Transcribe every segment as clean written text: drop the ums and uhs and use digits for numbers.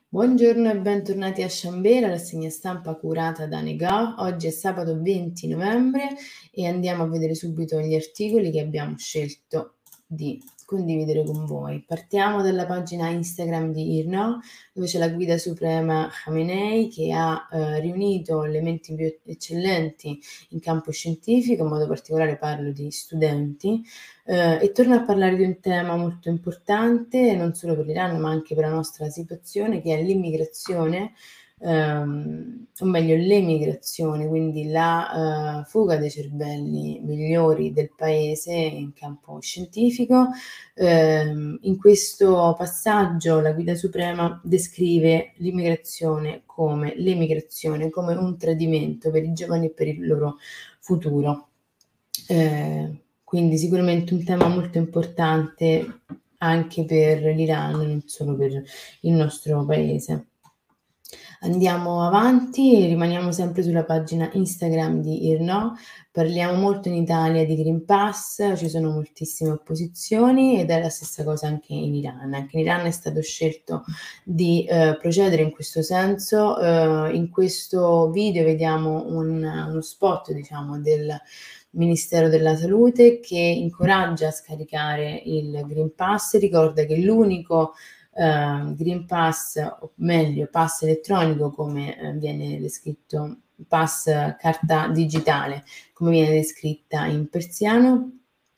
Buongiorno e bentornati a Chambé, la rassegna stampa curata da Negà. Oggi è sabato 20 novembre e andiamo a vedere subito gli articoli che abbiamo scelto di condividere con voi. Partiamo dalla pagina Instagram di IRNA, dove c'è la guida suprema Khamenei che ha riunito le menti più eccellenti in campo scientifico, in modo particolare parlo di studenti, e torna a parlare di un tema molto importante, non solo per l'Iran, ma anche per la nostra situazione, che è l'immigrazione, o meglio l'emigrazione, quindi la fuga dei cervelli migliori del paese in campo scientifico. In questo passaggio la Guida Suprema descrive l'emigrazione come un tradimento per i giovani e per il loro futuro. Quindi sicuramente un tema molto importante anche per l'Iran, non solo per il nostro paese. Andiamo avanti, rimaniamo sempre sulla pagina Instagram di IRNO, parliamo molto in Italia di Green Pass, ci sono moltissime opposizioni ed è la stessa cosa anche in Iran. Anche in Iran è stato scelto di procedere in questo senso. In questo video vediamo uno spot, diciamo, del Ministero della Salute che incoraggia a scaricare il Green Pass, ricorda che l'unico Green Pass, o meglio pass elettronico come viene descritto, pass carta digitale come viene descritta in persiano,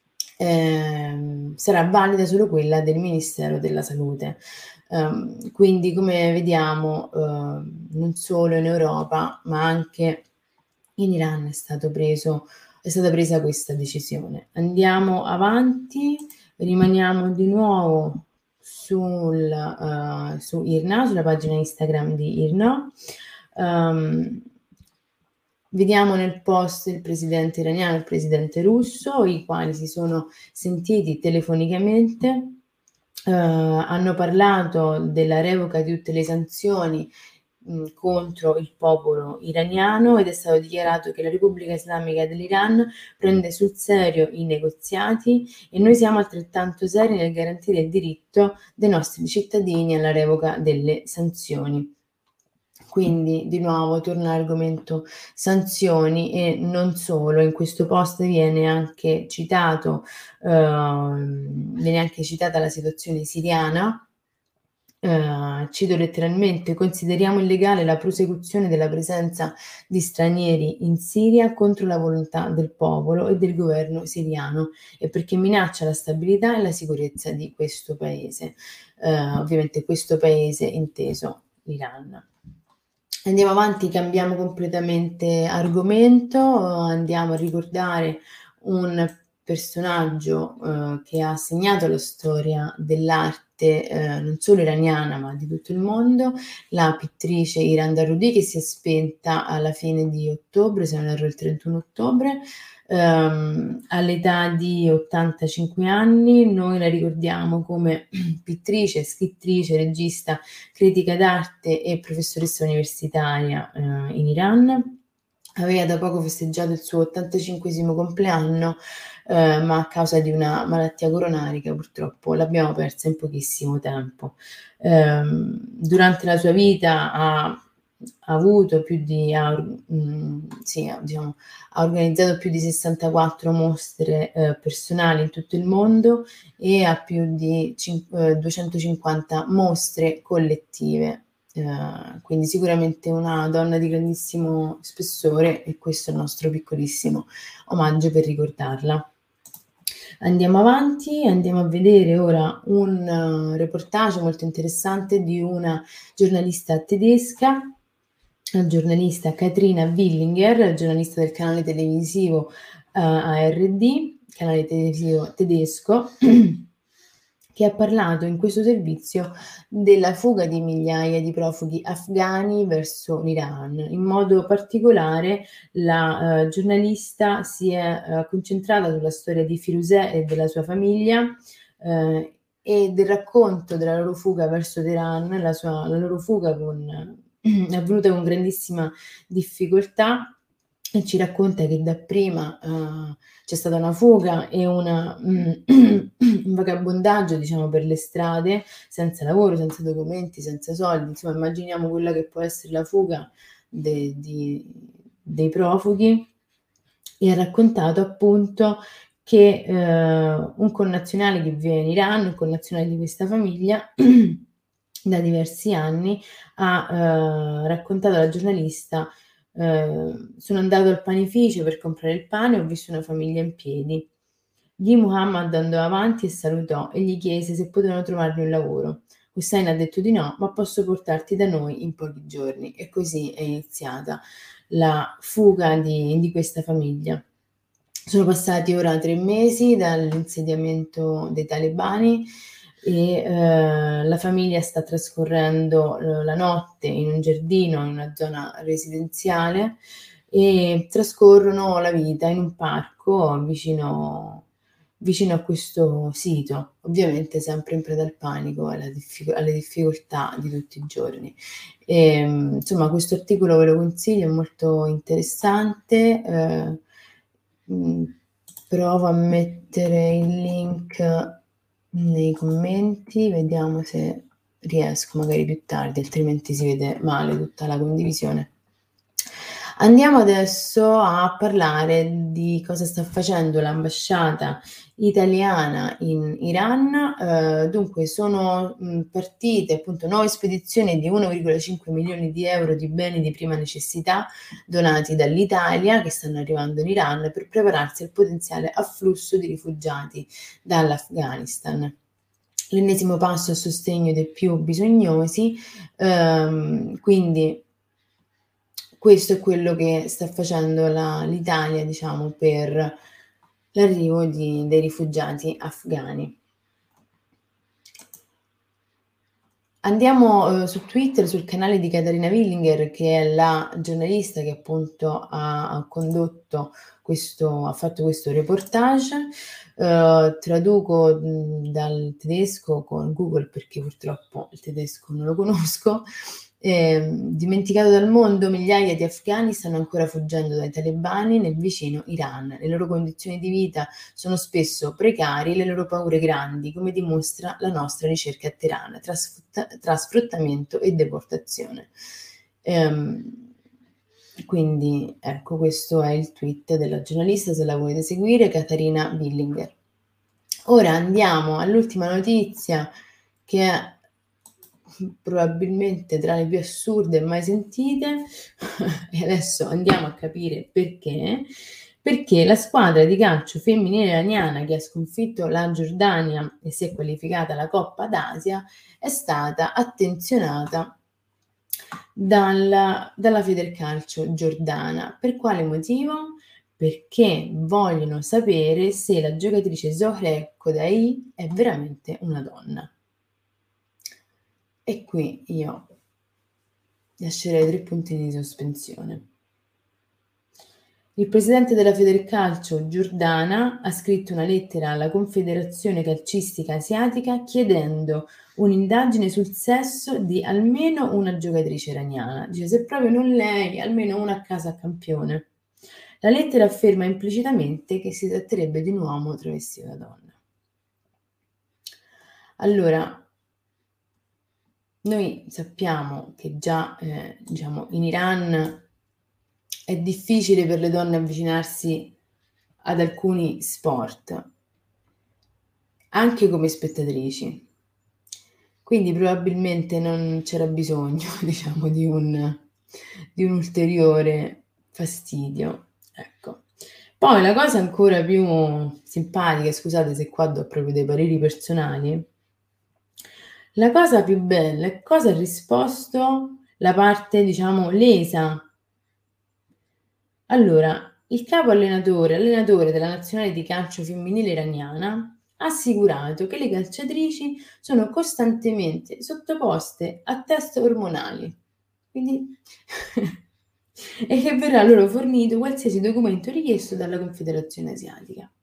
sarà valida solo quella del Ministero della Salute. Quindi come vediamo non solo in Europa ma anche in Iran è stata presa questa decisione. Andiamo avanti, rimaniamo di nuovo su IRNA, sulla pagina Instagram di IRNA. Vediamo nel post il presidente iraniano e il presidente russo, i quali si sono sentiti telefonicamente, hanno parlato della revoca di tutte le sanzioni contro il popolo iraniano ed è stato dichiarato che la Repubblica Islamica dell'Iran prende sul serio i negoziati e noi siamo altrettanto seri nel garantire il diritto dei nostri cittadini alla revoca delle sanzioni. Quindi di nuovo torna all'argomento sanzioni e non solo, in questo post viene anche citata la situazione siriana. Cito letteralmente: consideriamo illegale la prosecuzione della presenza di stranieri in Siria contro la volontà del popolo e del governo siriano e perché minaccia la stabilità e la sicurezza di questo paese. Ovviamente questo paese inteso l'Iran. Andiamo avanti, cambiamo completamente argomento, andiamo a ricordare un personaggio che ha segnato la storia dell'arte non solo iraniana ma di tutto il mondo, la pittrice Iran Daraudi, che si è spenta alla fine di ottobre, se non erro il 31 ottobre, all'età di 85 anni. Noi la ricordiamo come pittrice, scrittrice, regista, critica d'arte e professoressa universitaria in Iran. Aveva da poco festeggiato il suo 85esimo compleanno, ma a causa di una malattia coronarica purtroppo l'abbiamo persa in pochissimo tempo. Durante la sua vita ha avuto più di diciamo, ha organizzato più di 64 mostre personali in tutto il mondo e ha più di 250 mostre collettive. Quindi sicuramente una donna di grandissimo spessore e questo è il nostro piccolissimo omaggio per ricordarla. Andiamo avanti, andiamo a vedere ora un reportage molto interessante di una giornalista tedesca, la giornalista Katrina Willinger, giornalista del canale televisivo ARD, canale televisivo tedesco, che ha parlato in questo servizio della fuga di migliaia di profughi afghani verso l'Iran. In modo particolare la giornalista si è concentrata sulla storia di Firuzeh e della sua famiglia e del racconto della loro fuga verso Teheran, la loro fuga è avvenuta con grandissima difficoltà. e ci racconta che dapprima c'è stata una fuga e un vagabondaggio, diciamo, per le strade, senza lavoro, senza documenti, senza soldi. Insomma, immaginiamo quella che può essere la fuga dei profughi, e ha raccontato appunto che un connazionale che vive in Iran, un connazionale di questa famiglia, da diversi anni, ha raccontato alla giornalista: sono andato al panificio per comprare il pane e ho visto una famiglia in piedi. Gli Muhammad andò avanti e salutò e gli chiese se potevano trovargli un lavoro. Hussein ha detto di no, ma posso portarti da noi in pochi giorni. E così è iniziata la fuga di questa famiglia. Sono passati ora 3 mesi dall'insediamento dei talebani e la famiglia sta trascorrendo la notte in un giardino, in una zona residenziale, e trascorrono la vita in un parco vicino a questo sito, ovviamente sempre in preda al panico e alle difficoltà di tutti i giorni. Insomma, questo articolo ve lo consiglio, è molto interessante. Provo a mettere il link nei commenti, vediamo se riesco magari più tardi, altrimenti si vede male tutta la condivisione. Andiamo adesso a parlare di cosa sta facendo l'ambasciata italiana in Iran. Dunque sono partite appunto nuove spedizioni di 1,5 milioni di euro di beni di prima necessità donati dall'Italia, che stanno arrivando in Iran per prepararsi al potenziale afflusso di rifugiati dall'Afghanistan. L'ennesimo passo a sostegno dei più bisognosi, quindi questo è quello che sta facendo l'Italia, diciamo, per l'arrivo dei rifugiati afghani. Andiamo su Twitter, sul canale di Caterina Willinger, che è la giornalista che appunto ha fatto questo reportage. Traduco dal tedesco con Google, perché purtroppo il tedesco non lo conosco. Dimenticato dal mondo, migliaia di afghani stanno ancora fuggendo dai talebani nel vicino Iran. Le loro condizioni di vita sono spesso precarie, le loro paure grandi, come dimostra la nostra ricerca a Teheran, tra sfruttamento e deportazione. Quindi ecco, questo è il tweet della giornalista, se la volete seguire, Caterina Willinger. Ora andiamo all'ultima notizia, che è probabilmente tra le più assurde mai sentite, e adesso andiamo a capire perché. Perché la squadra di calcio femminile iraniana, che ha sconfitto la Giordania e si è qualificata alla Coppa d'Asia, è stata attenzionata dalla Federcalcio giordana. Per quale motivo? Perché vogliono sapere se la giocatrice Zohreh Khodai è veramente una donna. E qui io lascerei 3 puntini di sospensione. Il presidente della Federcalcio giordana ha scritto una lettera alla Confederazione Calcistica Asiatica chiedendo un'indagine sul sesso di almeno una giocatrice iraniana. Dice, se proprio non lei, almeno una a casa a campione. La lettera afferma implicitamente che si tratterebbe di un uomo travestito da donna. Allora, noi sappiamo che già diciamo, in Iran è difficile per le donne avvicinarsi ad alcuni sport, anche come spettatrici. Quindi probabilmente non c'era bisogno, diciamo, di un ulteriore fastidio. Ecco. Poi la cosa ancora più simpatica, scusate se qua do proprio dei pareri personali, la cosa più bella è cosa ha risposto la parte, diciamo, lesa. Allora, il capo allenatore della nazionale di calcio femminile iraniana, ha assicurato che le calciatrici sono costantemente sottoposte a test ormonali, quindi e che verrà loro fornito qualsiasi documento richiesto dalla Confederazione Asiatica.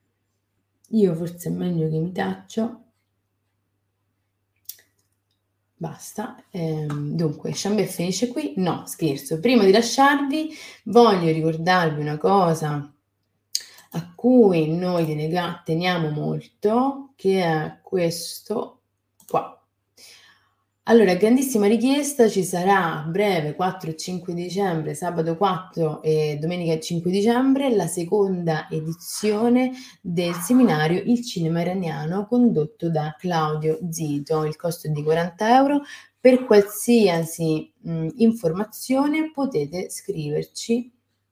Io forse è meglio che mi taccio. Basta. Dunque, Chambé finisce qui? No, scherzo. Prima di lasciarvi voglio ricordarvi una cosa a cui noi teniamo molto, che è questo qua. Allora, grandissima richiesta, ci sarà a breve 4 e 5 dicembre, sabato 4 e domenica 5 dicembre, la seconda edizione del seminario Il cinema iraniano condotto da Claudio Zito. Il costo è di 40 €. Per qualsiasi informazione potete scriverci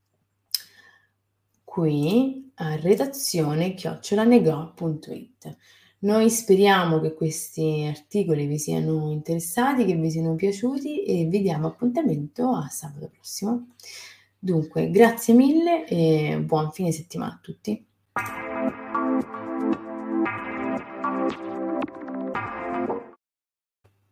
qui a redazione@negò.it. Noi speriamo che questi articoli vi siano interessati, che vi siano piaciuti e vi diamo appuntamento a sabato prossimo. Dunque, grazie mille e buon fine settimana a tutti.